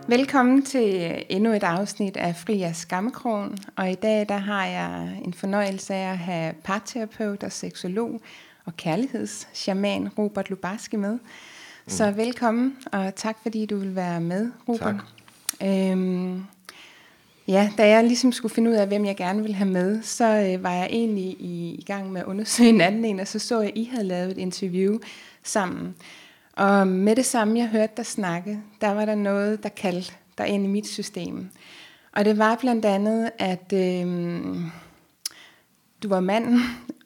Velkommen til endnu et afsnit af Fri af Skammekrogen, og i dag der har jeg en fornøjelse af at have parterapeut og seksolog og kærlighedsshaman Robert Lubarski med. Så velkommen, og tak fordi du vil være med, Robert. Tak. Da jeg ligesom skulle finde ud af, hvem jeg gerne ville have med, så var jeg egentlig i gang med at undersøge en anden en, og så jeg, at I havde lavet et interview sammen. Og med det samme, jeg hørte dig snakke, der var der noget, der kaldte dig ind i mit system. Og det var blandt andet, at du var mand,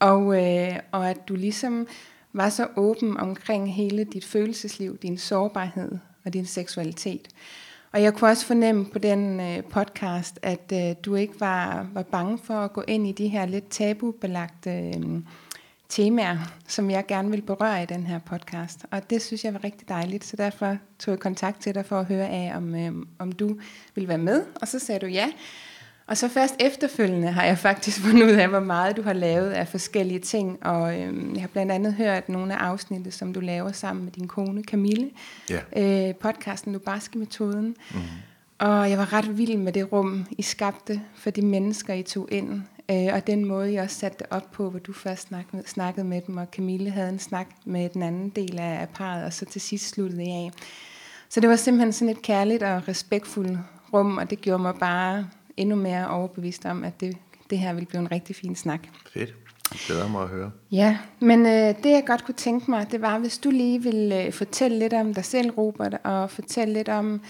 og at du ligesom var så åben omkring hele dit følelsesliv, din sårbarhed og din seksualitet. Og jeg kunne også fornemme på den podcast, at du ikke var bange for at gå ind i de her lidt tabubelagte temaer, som jeg gerne vil berøre i den her podcast. Og det synes jeg var rigtig dejligt, så derfor tog jeg kontakt til dig for at høre af, om du ville være med. Og så sagde du ja. Og så først efterfølgende har jeg faktisk fundet ud af, hvor meget du har lavet af forskellige ting. Og jeg har blandt andet hørt nogle af afsnittet, som du laver sammen med din kone Camille. Ja. Podcasten Lubarski-metoden. Mm-hmm. Og jeg var ret vild med det rum, I skabte for de mennesker, I tog ind. Og den måde, jeg også satte det op på, hvor du først snakkede med dem, og Camille havde en snak med den anden del af parret, og så til sidst sluttede jeg af. Så det var simpelthen sådan et kærligt og respektfuldt rum, og det gjorde mig bare endnu mere overbevist om, at det her ville blive en rigtig fin snak. Fedt. Jeg glæder mig at høre. Ja, men det jeg godt kunne tænke mig, det var, hvis du lige ville fortælle lidt om dig selv, Robert, og fortælle lidt om,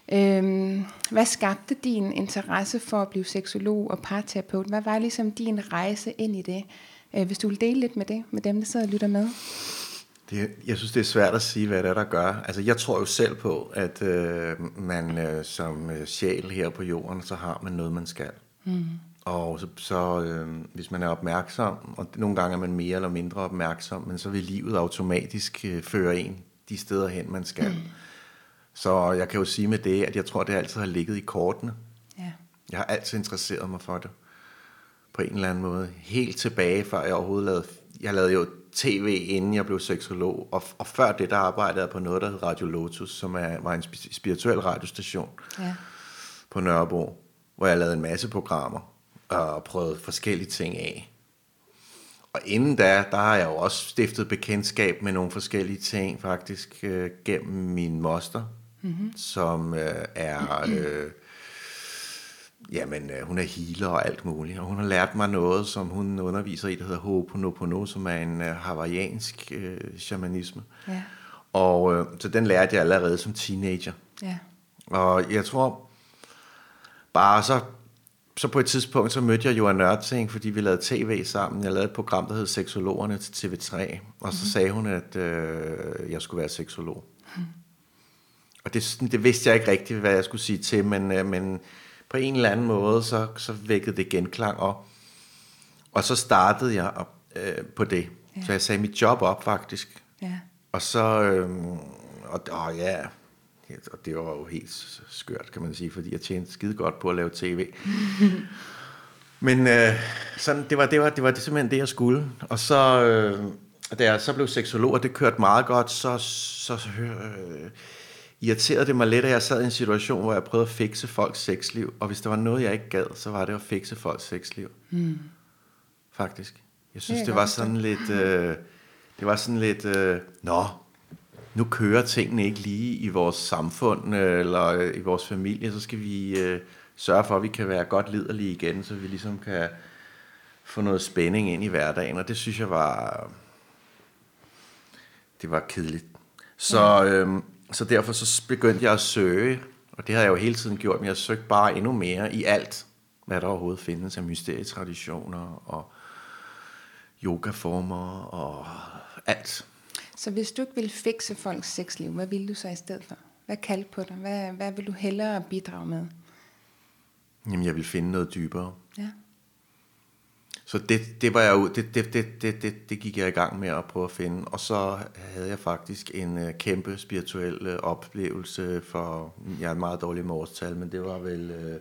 hvad skabte din interesse for at blive seksolog og parterapeut? Hvad var ligesom din rejse ind i det? Hvis du vil dele lidt med det, med dem, der sidder og lytter med. Jeg synes, det er svært at sige, hvad det er, der gør. Altså, jeg tror jo selv på, at man som sjæl her på jorden, så har man noget, man skal. Mm. Og så hvis man er opmærksom, og nogle gange er man mere eller mindre opmærksom, men så vil livet automatisk føre en de steder hen, man skal. Mm. Så jeg kan jo sige med det, at jeg tror, det altid har ligget i kortene. Ja. Jeg har altid interesseret mig for det. På en eller anden måde. Helt tilbage, før jeg overhovedet lavede jo tv, inden jeg blev seksolog. Og før det, der arbejdede jeg på noget, der hed Radio Lotus, som var en spirituel radiostation på Nørrebro, hvor jeg lavede en masse programmer og prøvede forskellige ting af. Og inden da, der har jeg jo også stiftet bekendtskab med nogle forskellige ting, faktisk gennem min moster, som hun er healer og alt muligt. Og hun har lært mig noget, som hun underviser i, der hedder Ho'oponopono, som er en hawaiiansk shamanisme. Ja. Og så den lærte jeg allerede som teenager. Ja. Og jeg tror bare så på et tidspunkt, så mødte jeg Johan Nørting, fordi vi lavede tv sammen. Jeg lavede et program, der hed Seksologerne til TV3. Og så sagde hun, at jeg skulle være seksolog. Og det vidste jeg ikke rigtigt, hvad jeg skulle sige til, men på en eller anden måde, så vækkede det genklang. Og så startede jeg på det. Ja. Så jeg sagde mit job op, faktisk. Ja. Og så... Og det var jo helt skørt, kan man sige, fordi jeg tjente skide godt på at lave tv. Men sådan, det var simpelthen det, jeg skulle. Og så, da jeg så blev seksolog, og det kørte meget godt, så irriterede det mig lidt, at jeg sad i en situation, hvor jeg prøvede at fikse folks sexliv. Og hvis der var noget, jeg ikke gad, så var det at fikse folks sexliv. Faktisk. Jeg synes, det var sådan lidt... Nu kører tingene ikke lige i vores samfund eller i vores familie, så skal vi sørge for, at vi kan være godt liderlige igen, så vi ligesom kan få noget spænding ind i hverdagen, og det synes jeg det var kedeligt. Så derfor så begyndte jeg at søge, og det har jeg jo hele tiden gjort, men jeg søgte bare endnu mere i alt, hvad der overhovedet findes af mysterietraditioner og yogaformer og alt. Så hvis du ikke vil fikse folks sexliv, hvad vil du så i stedet for? Hvad kaldte på dig? Hvad vil du hellere bidrage med? Jamen, jeg vil finde noget dybere. Ja. Så det var jeg det gik jeg i gang med at prøve at finde. Og så havde jeg faktisk en kæmpe spirituel oplevelse for, jeg er meget dårlig med årstal, men det var vel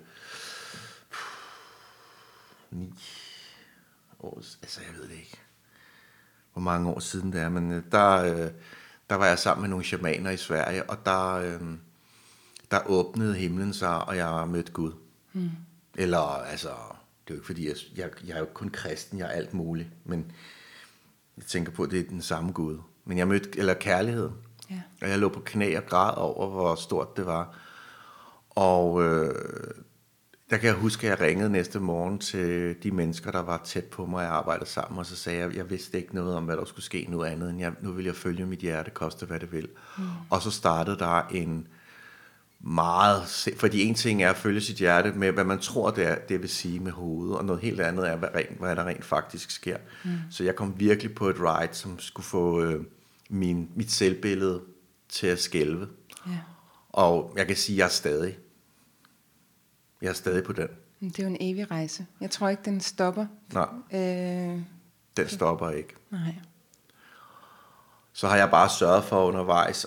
9 år, altså jeg ved det ikke, hvor mange år siden det er, men der var jeg sammen med nogle shamaner i Sverige, og der åbnede himlen sig, og jeg mødte Gud. Eller, altså, det er jo ikke fordi, jeg er jo ikke kun kristen, jeg er alt muligt, men jeg tænker på, at det er den samme Gud. Men jeg mødte, eller kærlighed, og jeg lå på knæ og græd over, hvor stort det var. Og der kan jeg huske, at jeg ringede næste morgen til de mennesker, der var tæt på mig, jeg arbejdede sammen, og så sagde jeg, jeg vidste ikke noget om, hvad der skulle ske noget andet, end nu vil jeg følge mit hjerte, koste hvad det vil. Og så startede der en meget, fordi en ting er at følge sit hjerte med, hvad man tror, det vil sige med hovedet, og noget helt andet er, hvad der rent faktisk sker. Så jeg kom virkelig på et ride, som skulle få mit selvbillede til at skælve. Og jeg kan sige, at jeg er stadig på den. Det er jo en evig rejse. Jeg tror ikke, den stopper. Nej, den stopper ikke. Nej. Så har jeg bare sørget for undervejs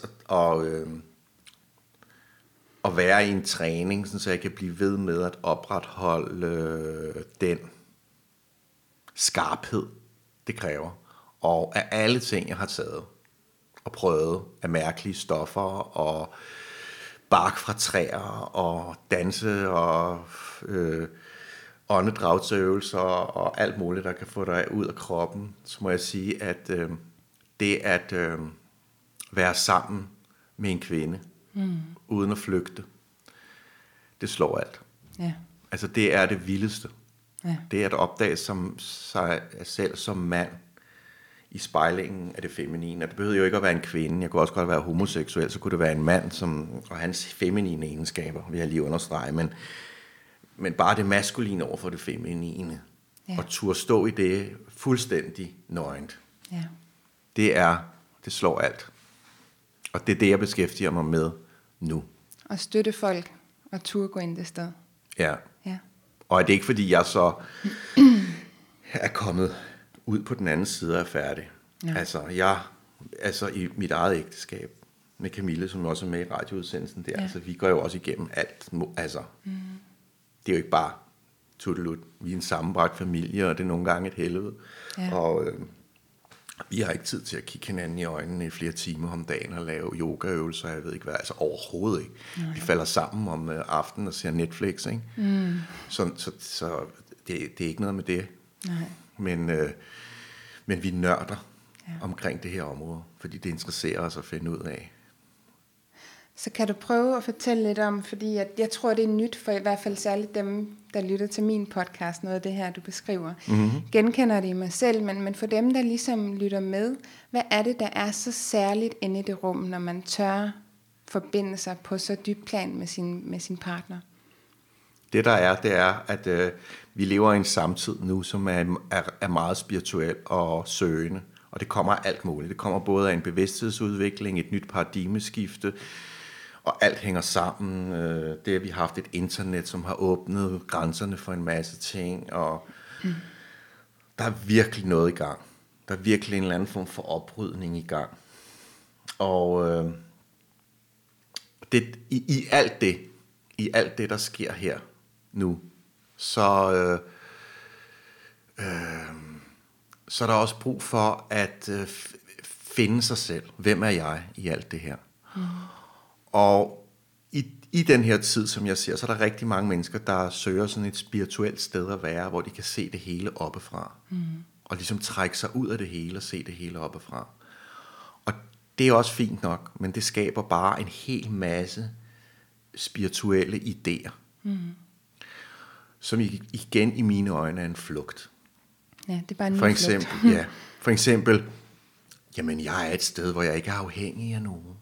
at være i en træning, så jeg kan blive ved med at opretholde den skarphed, det kræver. Og af alle ting, jeg har taget og prøvet af mærkelige stoffer og bark fra træer og danse og åndedragsøvelser og alt muligt, der kan få dig ud af kroppen, så må jeg sige, at det at være sammen med en kvinde, uden at flygte, det slår alt. Ja. Altså det er det vildeste. Ja. Det er at opdage sig selv som mand i spejlingen af det feminine. Og det behøver jo ikke at være en kvinde. Jeg kunne også godt være homoseksuel, så kunne det være en mand, og hans feminine egenskaber, vil jeg lige understrege. Men bare det maskuline over for det feminine. Ja. Og turde stå i det fuldstændig nøgent. Ja. Det slår alt. Og det er det, jeg beskæftiger mig med nu. Og støtte folk og turde gå ind det sted. Ja. Ja. Og er det ikke, fordi jeg så er kommet ud på den anden side og er færdig. Ja. Altså i mit eget ægteskab med Camille, som også er med i radioudsendelsen der, altså vi går jo også igennem alt. Altså, det er jo ikke bare tuttelut. Vi er en sammenbragt familie, og det er nogle gange et helvede. Ja. Og vi har ikke tid til at kigge hinanden i øjnene i flere timer om dagen og lave yogaøvelser, jeg ved ikke hvad, altså overhovedet ikke. Nej. Vi falder sammen om aftenen og ser Netflix, ikke? Så det er ikke noget med det. Nej. Men vi nørder omkring det her område, fordi det interesserer os at finde ud af. Så kan du prøve at fortælle lidt om, fordi jeg tror, det er nyt for i hvert fald særligt dem, der lytter til min podcast, noget af det her, du beskriver. Genkender det i mig selv, men for dem, der ligesom lytter med, hvad er det, der er så særligt inde i det rum, når man tør forbinde sig på så dybt plan med sin partner? Det det er, at vi lever i en samtid nu, som er meget spirituel og søgende. Og det kommer af alt muligt. Det kommer både af en bevidsthedsudvikling, et nyt paradigmeskifte, og alt hænger sammen. Det at vi har haft et internet, som har åbnet grænserne for en masse ting, og der er virkelig noget i gang. Der er virkelig en eller anden form for oprydning i gang. Og i alt det, der sker her nu, så er der også brug for at finde sig selv. Hvem er jeg i alt det her? Og i den her tid, som jeg ser, så er der rigtig mange mennesker, der søger sådan et spirituelt sted at være, hvor de kan se det hele oppefra. Og ligesom trække sig ud af det hele og se det hele oppefra. Og det er også fint nok, men det skaber bare en hel masse spirituelle idéer. Som igen i mine øjne er en flugt. Ja, det er bare en flugt. For eksempel, jamen jeg er et sted, hvor jeg ikke er afhængig af nogen.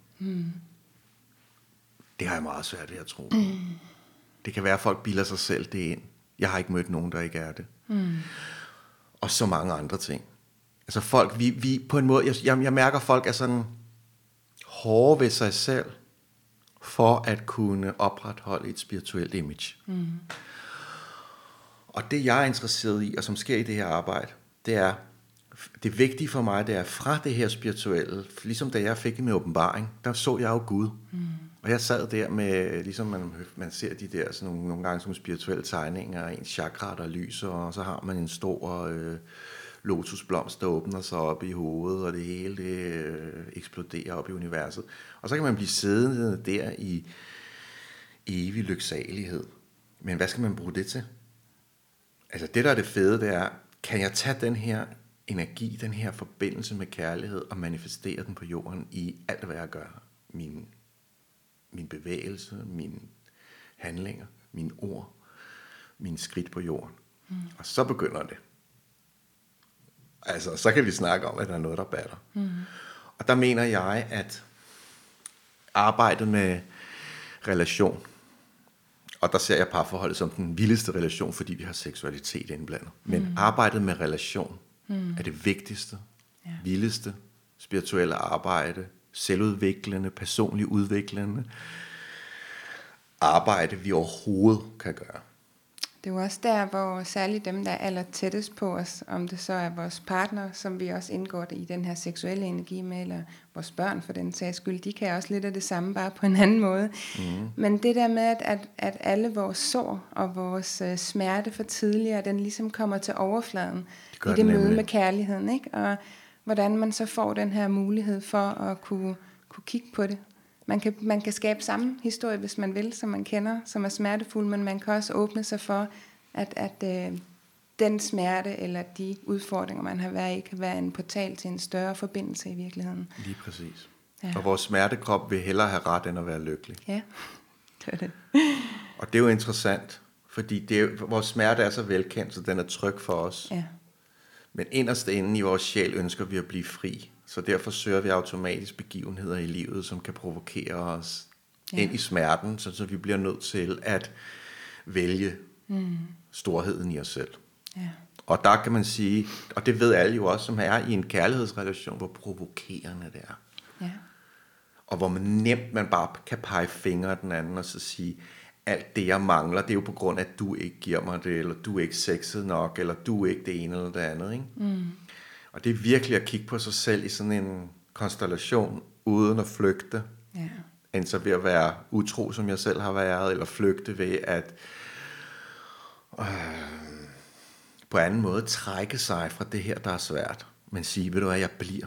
Det har jeg meget svært ved at tro. Det kan være, at folk bilder sig selv det ind. Jeg har ikke mødt nogen, der ikke er det. Og så mange andre ting. Altså folk, vi på en måde, jeg mærker, at folk er sådan hårde ved sig selv, for at kunne opretholde et spirituelt image. Og det jeg er interesseret i, og som sker i det her arbejde, det vigtige for mig, det er fra det her spirituelle, ligesom da jeg fik en åbenbaring, der så jeg jo Gud. Og jeg sad der med, ligesom man ser de der sådan nogle gange som spirituelle tegninger, en chakra, der lyser, og så har man en stor lotusblomst, der åbner sig op i hovedet, og det hele det eksploderer op i universet. Og så kan man blive siddende der evig lyksalighed. Men hvad skal man bruge det til? Altså det, der er det fede, det er, kan jeg tage den her energi, den her forbindelse med kærlighed, og manifestere den på jorden i alt, hvad jeg gør? Min bevægelse, mine handlinger, mine ord, mine skridt på jorden. Og så begynder det. Altså, så kan vi snakke om, at der er noget, der batter. Og der mener jeg, at arbejdet med relation, og der ser jeg parforholdet som den vildeste relation, fordi vi har seksualitet indblandet. Men arbejdet med relation er det vigtigste, vildeste spirituelle arbejde, selvudviklende, personligt udviklende arbejde, vi overhovedet kan gøre. Det er jo også der, hvor særligt dem, der er aller tættest på os, om det så er vores partner, som vi også indgår i den her seksuelle energi med, eller vores børn for den sags skyld, de kan også lidt af det samme, bare på en anden måde. Men det der med, at alle vores sår og vores smerte for tidligere, den ligesom kommer til overfladen i det møde med kærligheden, ikke? Og hvordan man så får den her mulighed for at kunne kigge på det. Man kan skabe samme historie, hvis man vil, som man kender, som er smertefuld, men man kan også åbne sig for, at den smerte eller de udfordringer, man har været i, kan være en portal til en større forbindelse i virkeligheden. Lige præcis. Ja. Og vores smertekrop vil hellere have ret, end at være lykkelig. Ja, det er det. Og det er jo interessant, fordi vores smerte er så velkendt, så den er tryg for os. Ja. Men inderst inde i vores sjæl ønsker vi at blive fri. Så derfor søger vi automatisk begivenheder i livet, som kan provokere os ind i smerten, så vi bliver nødt til at vælge storheden i os selv. Ja. Og der kan man sige, og det ved alle jo også, som er i en kærlighedsrelation, hvor provokerende det er. Ja. Og hvor man bare kan pege fingre af den anden og så sige, alt det jeg mangler, det er jo på grund af, at du ikke giver mig det, eller du er ikke sexet nok, eller du er ikke det ene eller det andet, ikke? Og det er virkelig at kigge på sig selv i sådan en konstellation, uden at flygte, end så ved at være utro, som jeg selv har været, eller flygte ved at på anden måde trække sig fra det her, der er svært, men sige, ved du hvad, jeg bliver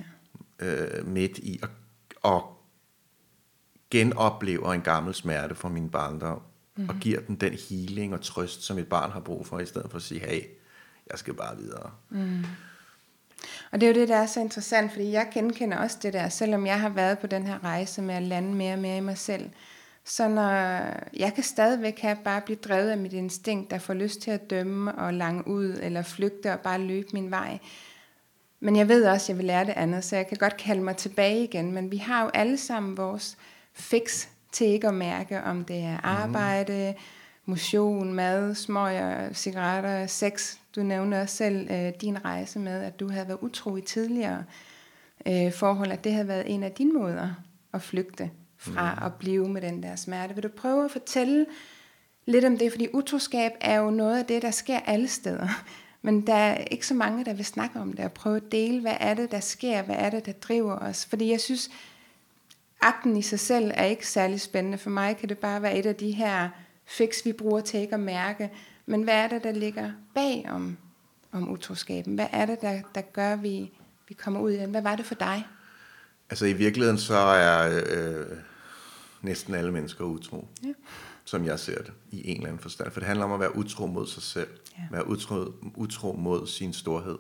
midt i og genoplever en gammel smerte fra min barndom, og giver den healing og trøst, som et barn har brug for, i stedet for at sige, hey, jeg skal bare videre. Og det er jo det, der er så interessant, fordi jeg genkender også det der, selvom jeg har været på den her rejse med at lande mere og mere i mig selv. Så når jeg kan stadigvæk bare blive drevet af mit instinkt, der får lyst til at dømme og lange ud, eller flygte og bare løbe min vej. Men jeg ved også, at jeg vil lære det andet, så jeg kan godt kalde mig tilbage igen. Men vi har jo alle sammen vores fix til ikke at mærke, om det er arbejde, motion, mad, smøger, cigaretter, sex. Du nævner også selv din rejse med, at du havde været utro i tidligere forhold, at det havde været en af dine måder at flygte fra at blive med den der smerte. Vil du prøve at fortælle lidt om det? Fordi utroskab er jo noget af det, der sker alle steder. Men der er ikke så mange, der vil snakke om det og prøve at dele, hvad er det, der sker, hvad er det, der driver os. Fordi jeg synes, akten i sig selv er ikke særlig spændende. For mig kan det bare være et af de her fix, vi bruger til ikke at mærke. Men hvad er det, der ligger bag om utroskaben? Hvad er det, der gør, at vi kommer ud i den? Hvad var det for dig? Altså i virkeligheden så er næsten alle mennesker utro, som jeg ser det, i en eller anden forstand. For det handler om at være utro mod sig selv. Være utro mod sin storhed.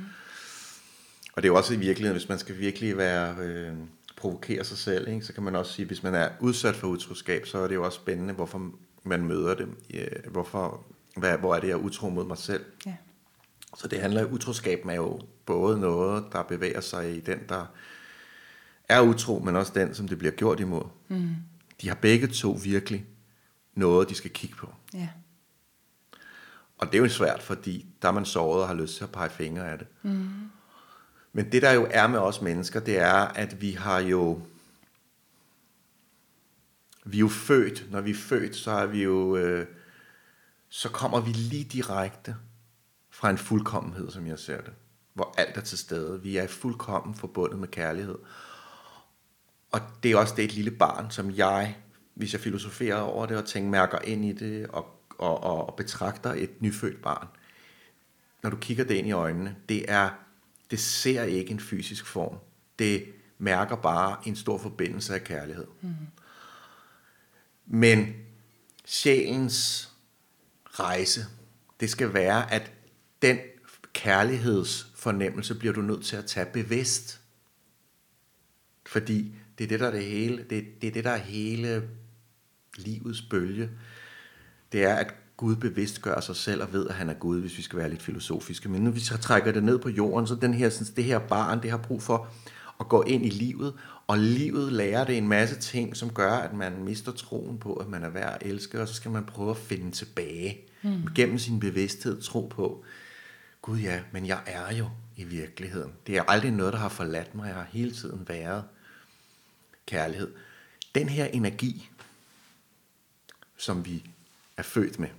Og det er jo også i virkeligheden, hvis man skal virkelig provokere sig selv, ikke? Så kan man også sige, hvis man er udsat for utroskab, så er det jo også spændende, hvorfor man møder det. Hvor er det, jeg er utro mod mig selv? Ja. Så det handler, utroskab er jo både noget, der bevæger sig i den, der er utro, men også den, som det bliver gjort imod. De har begge to virkelig noget, de skal kigge på. Ja. Og det er jo svært, fordi der er man såret og har lyst til at pege fingre af det. Men det, der jo er med os mennesker, det er, at vi er jo født. Når vi er født, så er vi jo så kommer vi lige direkte fra en fuldkommenhed, som jeg ser det, hvor alt er til stede. Vi er fuldkommen forbundet med kærlighed. Og det er også det, et lille barn, som jeg, hvis jeg filosoferer over det og mærker ind i det og betragter et nyfødt barn. Når du kigger det ind i øjnene, det ser ikke en fysisk form. Det mærker bare en stor forbindelse af kærlighed. Men sjælens rejse, det skal være, at den kærlighedsfornemmelse bliver du nødt til at tage bevidst. Fordi det er det, der er det hele. Det er det, der er hele livets bølge. Det er, at Gud bevidst gør sig selv og ved, at han er Gud, hvis vi skal være lidt filosofiske. Men når vi så trækker det ned på jorden, så det her barn, det har brug for at gå ind i livet, og livet lærer det en masse ting, som gør, at man mister troen på, at man er værd at elske, og så skal man prøve at finde tilbage gennem sin bevidsthed, tro på, Gud ja, men jeg er jo i virkeligheden. Det er aldrig noget, der har forladt mig. Jeg har hele tiden været kærlighed. Den her energi, som vi er født med,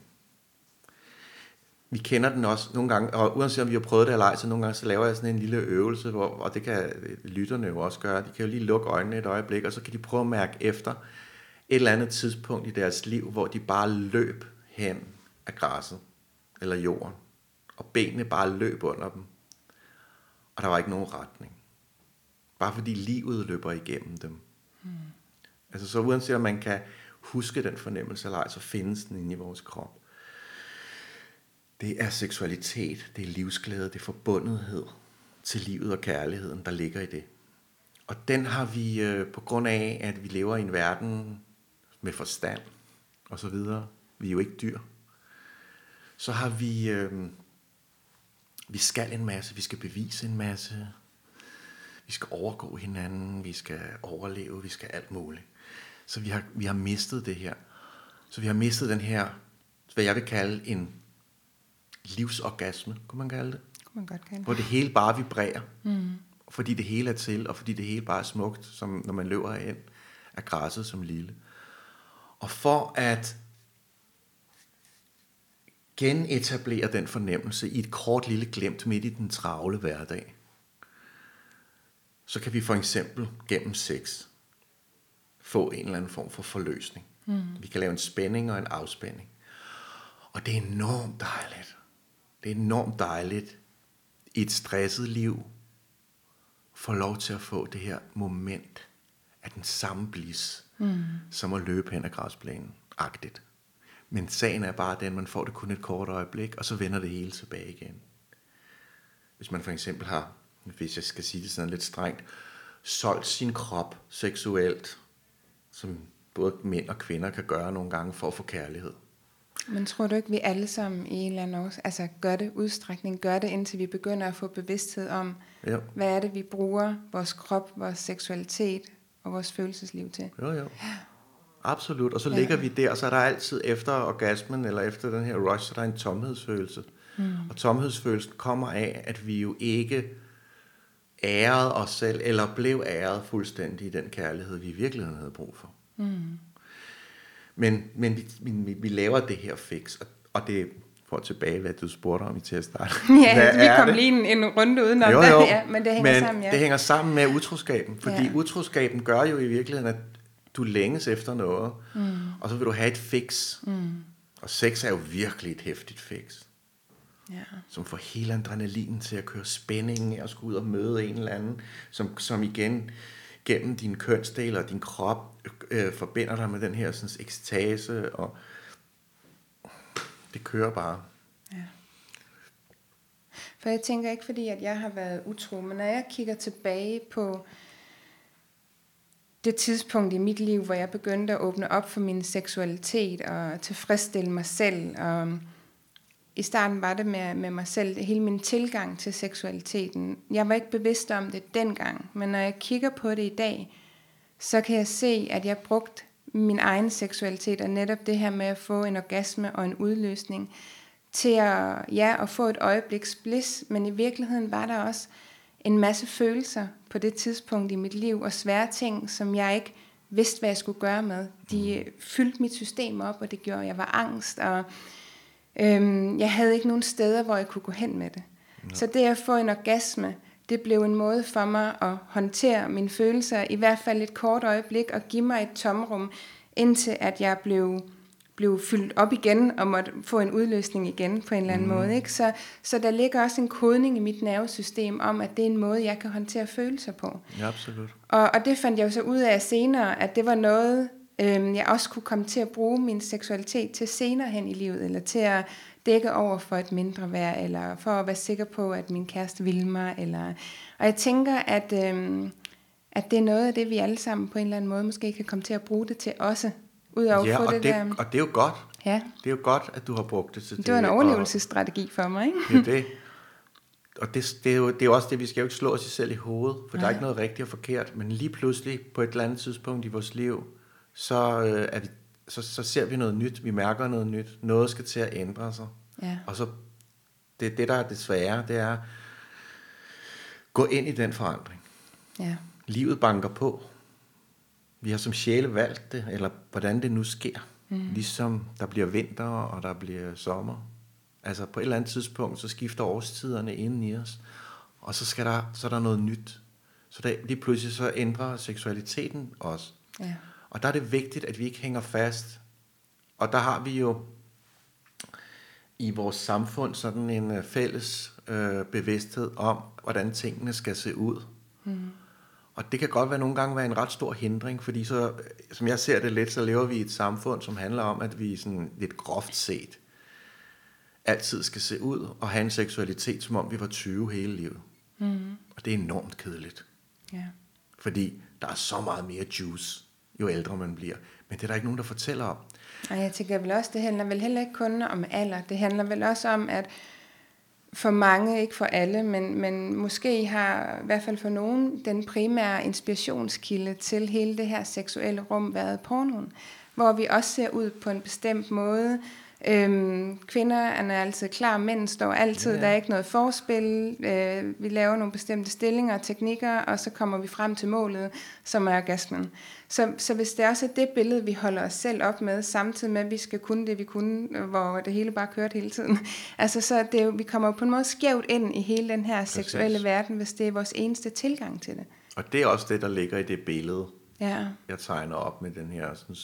vi kender den også nogle gange, og uanset om vi har prøvet det eller ej, så nogle gange så laver jeg sådan en lille øvelse, og det kan lytterne jo også gøre. De kan jo lige lukke øjnene et øjeblik, og så kan de prøve at mærke efter et eller andet tidspunkt i deres liv, hvor de bare løb hen af græsset eller jorden, og benene bare løb under dem, og der var ikke nogen retning. Bare fordi livet løber igennem dem. Altså så uanset om man kan huske den fornemmelse eller ej, så findes den inde i vores krop. Det er seksualitet, det er livsglæde, det er forbundethed til livet og kærligheden, der ligger i det. Og den har vi på grund af, at vi lever i en verden med forstand og så videre. Vi er jo ikke dyr. Så har vi skal en masse, vi skal bevise en masse. Vi skal overgå hinanden, vi skal overleve, vi skal alt muligt. Så vi har mistet det her. Så vi har mistet den her, hvad jeg vil kalde en livsorgasme, kunne man kalde det. Kunne man godt kalde det. Hvor det hele bare vibrerer. Fordi det hele er til, og fordi det hele bare er smukt, som når man løber ind af græsset som lille. Og for at genetablere den fornemmelse i et kort lille glimt midt i den travle hverdag, så kan vi for eksempel gennem sex få en eller anden form for forløsning. Vi kan lave en spænding og en afspænding. Og det er enormt dejligt. Det er enormt dejligt i et stresset liv få lov til at få det her moment af den samme bliss, som at løbe hen ad græsplænen, agtigt. Men sagen er bare den, man får det kun et kort øjeblik, og så vender det hele tilbage igen. Hvis man for eksempel har, hvis jeg skal sige det sådan lidt strengt, solgt sin krop seksuelt, som både mænd og kvinder kan gøre nogle gange for at få kærlighed. Men tror du ikke, vi alle sammen i en eller anden års, altså gør det udstrækning, gør det indtil vi begynder at få bevidsthed om, hvad er det, vi bruger vores krop, vores seksualitet og vores følelsesliv til? Jo. Absolut. Og så ligger vi der, og så er der altid efter orgasmen, eller efter den her rush, så der er en tomhedsfølelse. Og tomhedsfølelsen kommer af, at vi jo ikke ærede os selv, eller blev æret fuldstændig i den kærlighed, vi i virkeligheden havde brug for. Men vi laver det her fix, og det får tilbage, hvad du spurgte om til at starte. Ja, vi kom lige en runde udenom. Jo. Ja, men det hænger sammen, det hænger sammen med utroskaben, fordi utroskaben gør jo i virkeligheden, at du længes efter noget, og så vil du have et fix. Og sex er jo virkelig et hæftigt fix. Som får hele adrenalinen til at køre spændingen og skulle ud og møde en eller anden, som igen gennem din kønsdel og din krop forbinder dig med den her sådan, ekstase, og det kører bare. Ja. For jeg tænker ikke, fordi at jeg har været utro, men når jeg kigger tilbage på det tidspunkt i mit liv, hvor jeg begyndte at åbne op for min seksualitet og tilfredsstille mig selv, og i starten var det med mig selv, hele min tilgang til seksualiteten. Jeg var ikke bevidst om det dengang, men når jeg kigger på det i dag, så kan jeg se, at jeg brugte min egen seksualitet, og netop det her med at få en orgasme og en udløsning, til at få et øjebliks bliss, men i virkeligheden var der også en masse følelser på det tidspunkt i mit liv, og svære ting, som jeg ikke vidste, hvad jeg skulle gøre med. De fyldte mit system op, og det gjorde, at jeg var angst, og jeg havde ikke nogen steder, hvor jeg kunne gå hen med det. Så det at få en orgasme, det blev en måde for mig at håndtere mine følelser, i hvert fald et kort øjeblik, og give mig et tomrum, indtil at jeg blev fyldt op igen, og måtte få en udløsning igen på en eller anden måde. Ikke? Så der ligger også en kodning i mit nervesystem om, at det er en måde, jeg kan håndtere følelser på. Ja, absolut. Og det fandt jeg jo så ud af senere, at det var noget, jeg også kunne komme til at bruge min seksualitet til senere hen i livet, eller til at dække over for et mindre værd, eller for at være sikker på, at min kæreste vil mig. Og jeg tænker, at det er noget af det, vi alle sammen på en eller anden måde måske kan komme til at bruge det til også. Udover Ja, få og det og det er jo godt. Ja. Det er jo godt, at du har brugt det til det. Det var en overlevelsesstrategi for mig, ikke? Det er det. Og det er jo også det, vi skal jo ikke slå os selv i hovedet, for der er ikke noget rigtigt og forkert, men lige pludselig på et eller andet tidspunkt i vores liv, så ser vi noget nyt, vi mærker noget nyt, noget skal til at ændre sig. Ja. Og så det der er det svære, det er gå ind i den forandring. Ja. Livet banker på. Vi har som sjæle valgt det, eller hvordan det nu sker. Ligesom der bliver vinter, og der bliver sommer. Altså på et eller andet tidspunkt, så skifter årstiderne inden i os, og så er der noget nyt. Så lige pludselig så ændrer seksualiteten også. Ja. Og der er det vigtigt, at vi ikke hænger fast. Og der har vi jo i vores samfund sådan en fælles bevidsthed om, hvordan tingene skal se ud. Og det kan godt nogle gange være en ret stor hindring, fordi så, som jeg ser det lidt, så lever vi i et samfund, som handler om, at vi sådan lidt groft set altid skal se ud og have en seksualitet, som om vi var 20 hele livet. Og det er enormt kedeligt. Ja. Fordi der er så meget mere juice, jo ældre man bliver. Men det er der ikke nogen, der fortæller om. Og jeg tænker vel også, det handler vel heller ikke kun om alder. Det handler vel også om, at for mange, ikke for alle, men måske har i hvert fald for nogen den primære inspirationskilde til hele det her seksuelle rum været pornoen, hvor vi også ser ud på en bestemt måde. Kvinder er altid klar, mænd står altid, ja. Der er ikke noget forspil, vi laver nogle bestemte stillinger og teknikker, og så kommer vi frem til målet, som er orgasmen. Så hvis det også er det billede, vi holder os selv op med, samtidig med, at vi skal kunne det, vi kunne, hvor det hele bare kørte hele tiden, altså så det er jo, vi kommer på en måde skævt ind i hele den her seksuelle verden, hvis det er vores eneste tilgang til det. Og det er også det, der ligger i det billede, ja. Jeg tegner op med den her sådan,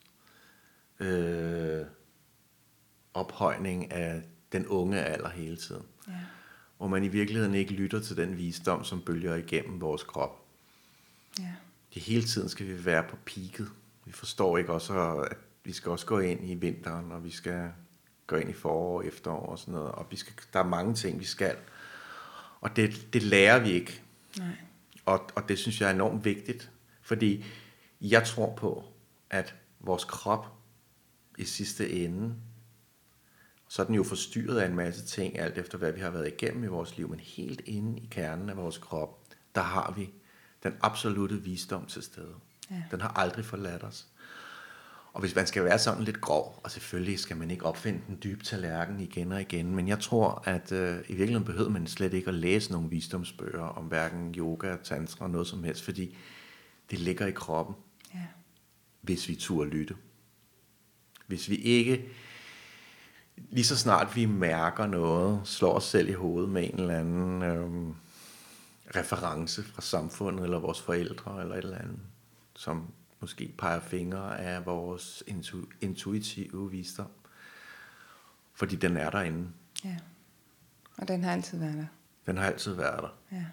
ophøjning af den unge alder hele tiden. Ja. Hvor man i virkeligheden ikke lytter til den visdom, som bølger igennem vores krop. Ja. Hele tiden skal vi være på peaket. Vi forstår ikke også, at vi skal også gå ind i vinteren, og vi skal gå ind i forår og efterår og sådan noget. Og der er mange ting, vi skal. Og det lærer vi ikke. Nej. Og det synes jeg er enormt vigtigt. Fordi jeg tror på, at vores krop i sidste ende, så er den jo forstyrret af en masse ting, alt efter hvad vi har været igennem i vores liv, men helt inde i kernen af vores krop, der har vi den absolutte visdom til stede. Ja. Den har aldrig forladt os. Og hvis man skal være sådan lidt grov, og selvfølgelig skal man ikke opfinde den dybe tallerken igen og igen, men jeg tror, at i virkeligheden behøver man slet ikke at læse nogle visdomsbøger om hverken yoga, tantra og noget som helst, fordi det ligger i kroppen, ja. Hvis vi turde lytte. Hvis vi ikke, lige så snart vi mærker noget, slår os selv i hovedet med en eller anden reference fra samfundet, eller vores forældre, eller et eller andet, som måske peger fingre af vores intuitive visdom. Fordi den er derinde. Ja. Og den har altid været der. Den har altid været der. Ja.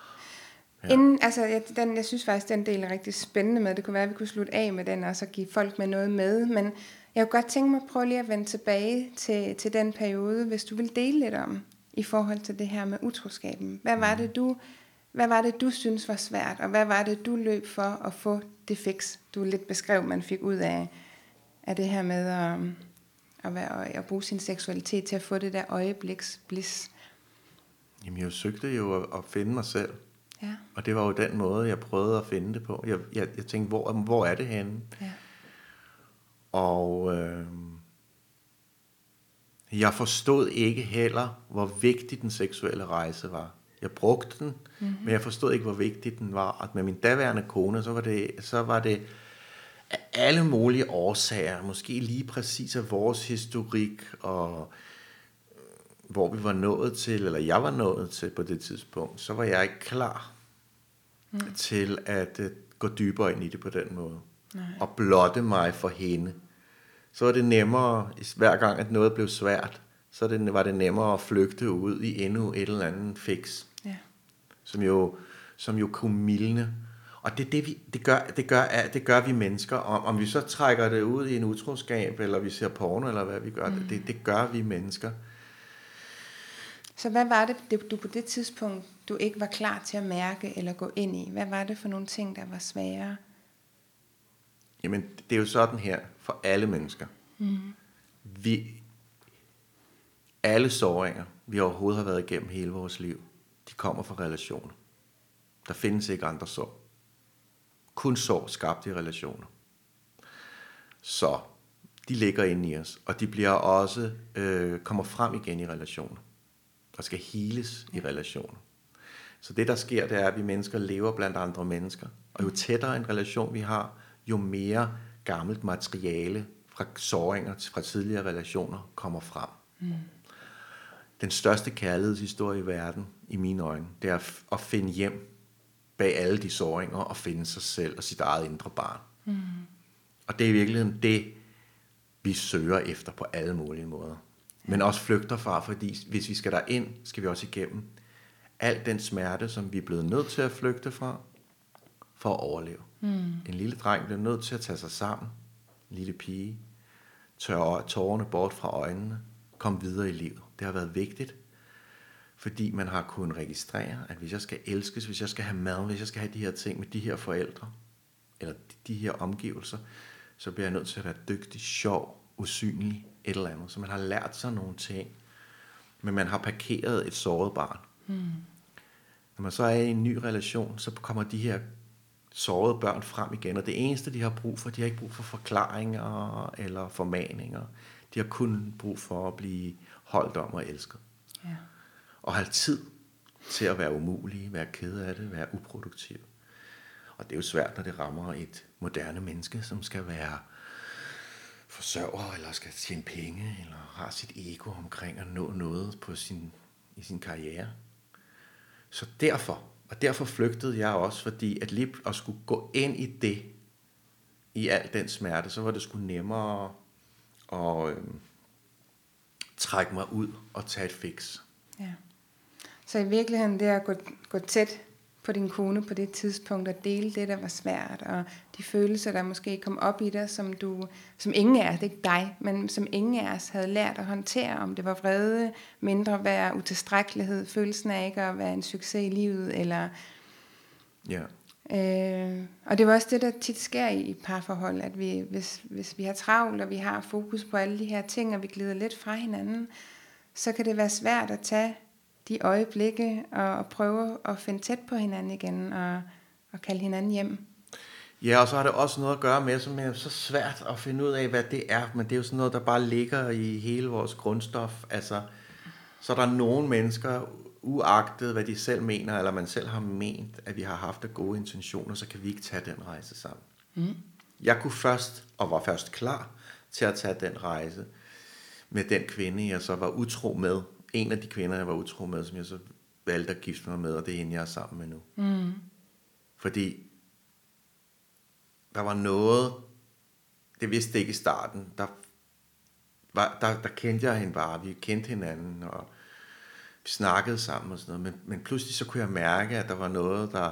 Jeg synes faktisk, den del er rigtig spændende med. Det kunne være, at vi kunne slutte af med den, og så give folk med noget med. Men jeg kunne godt tænke mig at prøve lige at vende tilbage til den periode, hvis du vil dele lidt om, i forhold til det her med utroskaben. Hvad var det, du synes var svært, og hvad var det, du løb for at få det fix, du lidt beskrev, man fik ud af det her med at bruge sin seksualitet til at få det der øjebliks bliss? Jamen, jeg søgte jo at finde mig selv. Ja. Og det var jo den måde, jeg prøvede at finde det på. Jeg tænkte, hvor er det henne? Ja. Og jeg forstod ikke heller, hvor vigtig den seksuelle rejse var. Jeg brugte den, men jeg forstod ikke, hvor vigtig den var. Og med min daværende kone, så var det af alle mulige årsager, måske lige præcis af vores historik, og hvor vi var nået til, eller jeg var nået til på det tidspunkt, så var jeg ikke klar til at gå dybere ind i det på den måde. Nej. Og blotte mig for hende. Så var det nemmere, hver gang at noget blev svært, så var det nemmere at flygte ud i endnu et eller andet fix. Ja. Som jo kunne mildne. Og det gør vi mennesker. Om vi så trækker det ud i en utroskab, eller vi ser porno, eller hvad vi gør, det gør vi mennesker. Så hvad var det, du på det tidspunkt, du ikke var klar til at mærke eller gå ind i? Hvad var det for nogle ting, der var svære? Jamen, det er jo sådan her for alle mennesker. Alle såringer, vi overhovedet har været igennem hele vores liv, de kommer fra relationer. Der findes ikke andre sår. Kun sår skabt i relationer. Så de ligger inde i os, og de bliver også kommer frem igen i relationer. Der skal heales i relationer. Så det, der sker, det er, at vi mennesker lever blandt andre mennesker. Og jo tættere en relation vi har, jo mere gammelt materiale fra såringer fra tidligere relationer kommer frem. Den største kærlighedshistorie i verden, i mine øjne, det er at finde hjem bag alle de såringer og finde sig selv og sit eget indre barn. Og det er i virkeligheden det, vi søger efter på alle mulige måder. Men også flygter fra, fordi hvis vi skal derind, skal vi også igennem al den smerte, som vi er blevet nødt til at flygte fra, for at overleve. En lille dreng bliver nødt til at tage sig sammen, en lille pige, tørre tårerne bort fra øjnene, komme videre i livet. Det har været vigtigt, fordi man har kunnet registrere, at hvis jeg skal elskes, hvis jeg skal have mad, hvis jeg skal have de her ting med de her forældre, eller de her omgivelser, så bliver jeg nødt til at være dygtig, sjov, usynlig, et eller andet. Så man har lært sig nogle ting, men man har parkeret et såret barn. Når man så er i en ny relation, så kommer de her sårede børn frem igen, og det eneste, de har brug for, de har ikke brug for forklaringer eller formaninger. De har kun brug for at blive holdt om og elsket. Ja. Og have tid til at være umulige, være ked af det, være uproduktiv. Og det er jo svært, når det rammer et moderne menneske, som skal være forsørger, eller skal tjene penge, eller har sit ego omkring at nå noget på i sin karriere. Så derfor flygtede jeg også, fordi at skulle gå ind i det, i al den smerte, så var det sgu nemmere at trække mig ud og tage et fix. Ja. Så i virkeligheden det at gå tæt på din kone på det tidspunkt, og dele det, der var svært, og de følelser, der måske kom op i dig, som ingen af os, det er ikke dig, men som ingen af os havde lært at håndtere, om det var vrede, mindre værd, utilstrækkelighed, følelsen af ikke at være en succes i livet, eller... Ja. Og det var også det, der tit sker i parforhold, at hvis vi har travlt, og vi har fokus på alle de her ting, og vi glider lidt fra hinanden, så kan det være svært at tage de øjeblikke og prøve at finde tæt på hinanden igen og kalde hinanden hjem. Ja, og så har det også noget at gøre med, som er så svært at finde ud af, hvad det er, men det er jo sådan noget, der bare ligger i hele vores grundstof. Altså, så er der nogle mennesker, uagtet hvad de selv mener, eller man selv har ment, at vi har haft af gode intentioner, så kan vi ikke tage den rejse sammen. Jeg kunne var først klar til at tage den rejse med den kvinde, jeg så var utro med. En af de kvinder, jeg var utro med, som jeg så valgte at gifte mig med, og det er hende, jeg er sammen med nu. Fordi der var noget, det vidste jeg ikke i starten, der kendte jeg hende bare, vi kendte hinanden, og vi snakkede sammen og sådan noget, men pludselig så kunne jeg mærke, at der var noget, der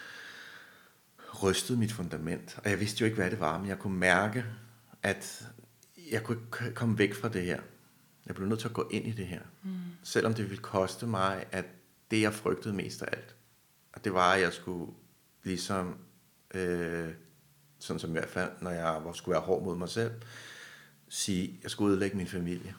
rystede mit fundament, og jeg vidste jo ikke, hvad det var, men jeg kunne mærke, at jeg kunne ikke komme væk fra det her. Jeg blev nødt til at gå ind i det her. Selvom det ville koste mig, at det jeg frygtede mest af alt, og det var, at jeg skulle ligesom, sådan som i hvert fald, når jeg skulle være hård mod mig selv, sige, at jeg skulle ødelægge min familie.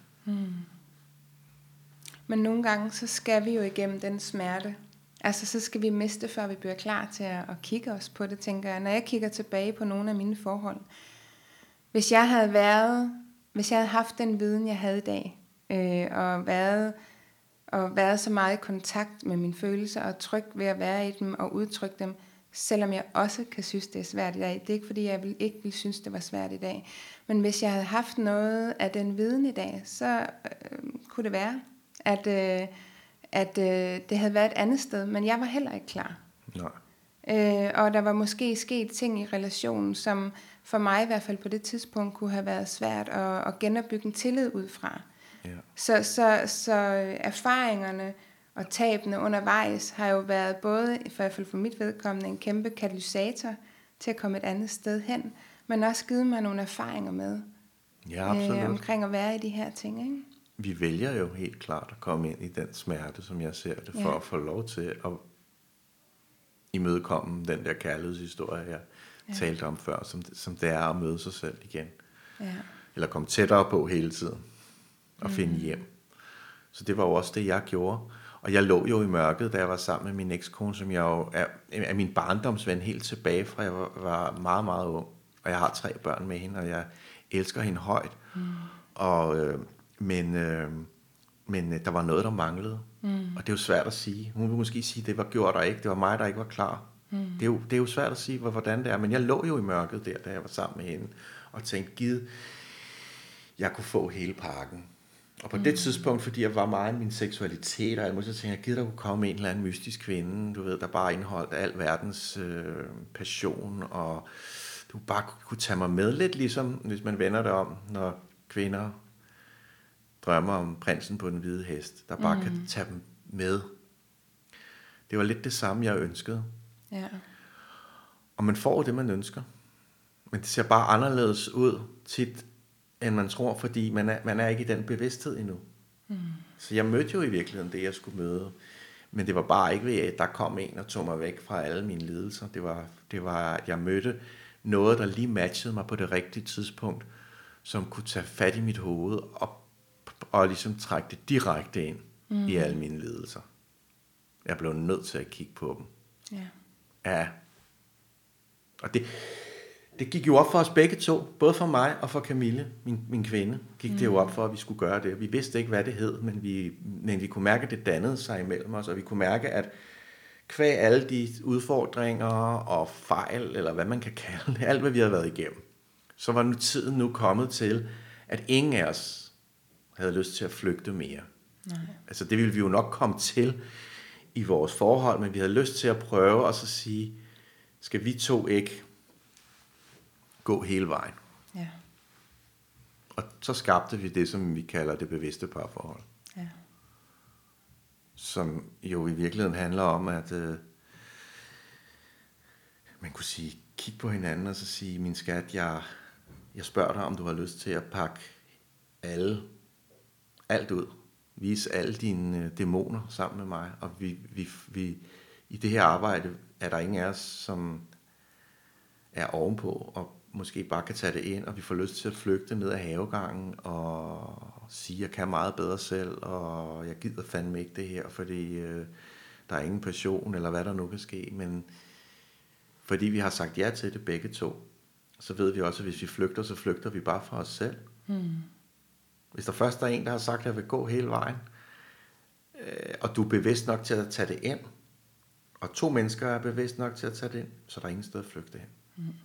Men nogle gange, så skal vi jo igennem den smerte. Altså, så skal vi miste, før vi bliver klar til at kigge os på det, tænker jeg. Når jeg kigger tilbage på nogle af mine forhold. Hvis jeg havde haft den viden, jeg havde i dag, og været så meget i kontakt med mine følelser, og tryg ved at være i dem, og udtrykke dem, selvom jeg også kan synes, det er svært i dag. Det er ikke, fordi jeg ikke ville synes, det var svært i dag. Men hvis jeg havde haft noget af den viden i dag, så kunne det være, at det havde været et andet sted, men jeg var heller ikke klar. Nej. Og der var måske sket ting i relationen, som for mig i hvert fald på det tidspunkt kunne have været svært at genopbygge en tillid ud fra. Ja. Så erfaringerne Og tabene undervejs har jo været både, i hvert fald for mit vedkommende, en kæmpe katalysator til at komme et andet sted hen, men også givet mig nogle erfaringer med omkring at være i de her ting, ikke? Vi vælger jo helt klart at komme ind i den smerte, som jeg ser det, for at få lov til at imødekomme den der kærlighedshistorie, jeg talte om før, som det er at møde sig selv igen. Ja. Eller komme tættere på hele tiden og finde hjem. Så det var jo også det, jeg gjorde. Og jeg lå jo i mørket, da jeg var sammen med min ekskone, som jeg jo er min barndomsven helt tilbage fra jeg var meget, meget ung. Og jeg har 3 børn med hende, og jeg elsker hende højt. Men der var noget, der manglede. Og det er jo svært at sige. Hun vil måske sige, det var gjort der ikke. Det var mig, der ikke var klar. Det er jo svært at sige, hvordan det er. Men jeg lå jo i mørket der, da jeg var sammen med hende. Og tænkte, givet, jeg kunne få hele pakken. Og på det tidspunkt, fordi jeg var meget i min seksualitet, og jeg tænkte, jeg gider, der kunne komme en eller anden mystisk kvinde, du ved, der bare indeholdt al verdens passion, og du bare kunne tage mig med, lidt ligesom, hvis man vender det om, når kvinder drømmer om prinsen på den hvide hest, der bare kan tage dem med. Det var lidt det samme, jeg ønskede. Ja. Og man får det, man ønsker. Men det ser bare anderledes ud tit, end man tror, fordi man er ikke i den bevidsthed endnu. Så jeg mødte jo i virkeligheden det, jeg skulle møde. Men det var bare ikke ved, at der kom en og tog mig væk fra alle mine lidelser. Det var, at jeg mødte noget, der lige matchede mig på det rigtige tidspunkt, som kunne tage fat i mit hoved og ligesom trække det direkte ind i alle mine lidelser. Jeg blev nødt til at kigge på dem. Ja. Og det gik jo op for os begge to, både for mig og for Camille, min kvinde, gik det jo op for, at vi skulle gøre det. Vi vidste ikke, hvad det hed, men vi kunne mærke, at det dannede sig imellem os, og vi kunne mærke, at kvæg alle de udfordringer og fejl, eller hvad man kan kalde det, alt hvad vi havde været igennem, så var tiden nu kommet til, at ingen af os havde lyst til at flygte mere. Nej. Altså det ville vi jo nok komme til i vores forhold, men vi havde lyst til at prøve og så sige, skal vi to ikke gå hele vejen? Ja. Og så skabte vi det, som vi kalder det bevidste parforhold. Ja. Som jo i virkeligheden handler om, at man kunne sige, kig på hinanden og så sige, min skat, jeg spørger dig, om du har lyst til at pakke alt ud. Vise alle dine dæmoner sammen med mig. Og vi i det her arbejde er der ingen af os, som er ovenpå og måske bare kan tage det ind, og vi får lyst til at flygte ned ad havegangen og sige, jeg kan meget bedre selv, og jeg gider fandme ikke det her, fordi der er ingen passion, eller hvad der nu kan ske, men fordi vi har sagt ja til det begge to, så ved vi også, at hvis vi flygter, så flygter vi bare fra os selv. Hvis der først er en, der har sagt, at jeg vil gå hele vejen, og du er bevidst nok til at tage det ind, og 2 mennesker er bevidst nok til at tage det ind, så er der ingen sted at flygte hen.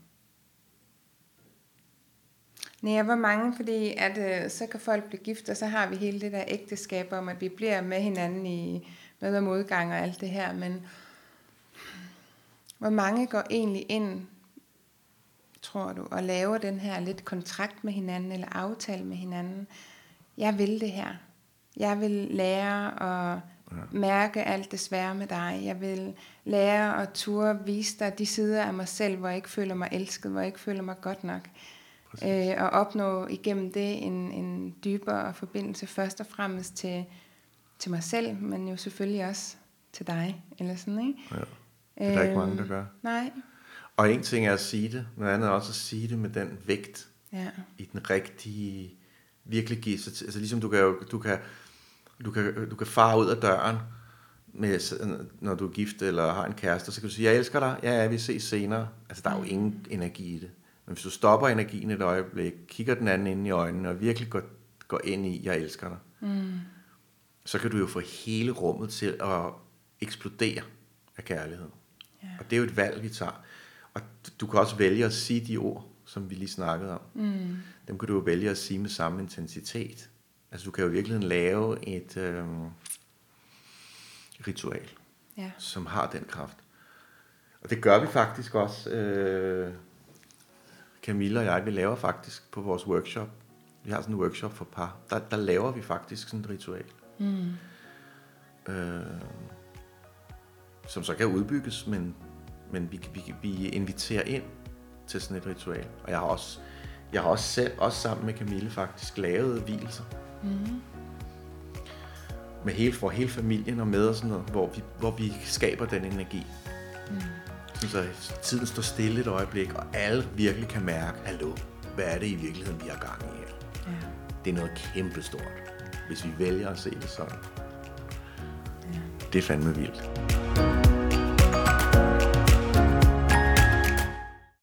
Nej, jeg var mange, fordi at så kan folk blive gift, og så har vi hele det der ægteskab om, at vi bliver med hinanden i med- og modgang og alt det her, men hvor mange går egentlig ind, tror du, og laver den her lidt kontrakt med hinanden, eller aftale med hinanden? Jeg vil det her. Jeg vil lære at mærke alt det svære med dig. Jeg vil lære at turde vise dig de sider af mig selv, hvor jeg ikke føler mig elsket, hvor jeg ikke føler mig godt nok. Og opnå igennem det en dybere forbindelse, først og fremmest til mig selv, men jo selvfølgelig også til dig, eller sådan, ikke? Ja. Det er der ikke mange, der gør. Nej. Og en ting er at sige det, noget andet er også at sige det med den vægt i den rigtige, virkelig give sig til. Altså ligesom du kan fare ud af døren, når du er gift eller har en kæreste, så kan du sige, jeg elsker dig, ja, vi ses senere. Altså der er jo ingen energi i det. Men hvis du stopper energien et øjeblik, kigger den anden ind i øjnene, og virkelig går ind i, jeg elsker dig, så kan du jo få hele rummet til at eksplodere af kærlighed. Ja. Og det er jo et valg, vi tager. Og du kan også vælge at sige de ord, som vi lige snakkede om. Dem kan du jo vælge at sige med samme intensitet. Altså du kan jo i virkeligheden lave et ritual, som har den kraft. Og det gør vi faktisk også. Camilla og jeg, vi laver faktisk på vores workshop. Vi har sådan en workshop for par. Der laver vi faktisk sådan et ritual. som så kan udbygges, men vi inviterer ind til sådan et ritual. Og jeg har også selv, også sammen med Camille faktisk, lavet vielser. For hele familien og med og sådan noget, hvor vi skaber den energi. Så tiden står stille et øjeblik, og alle virkelig kan mærke, hallo, hvad er det i virkeligheden, vi har gang i her? Ja. Det er noget kæmpestort, hvis vi vælger at se det sådan. Ja. Det er fandme vildt.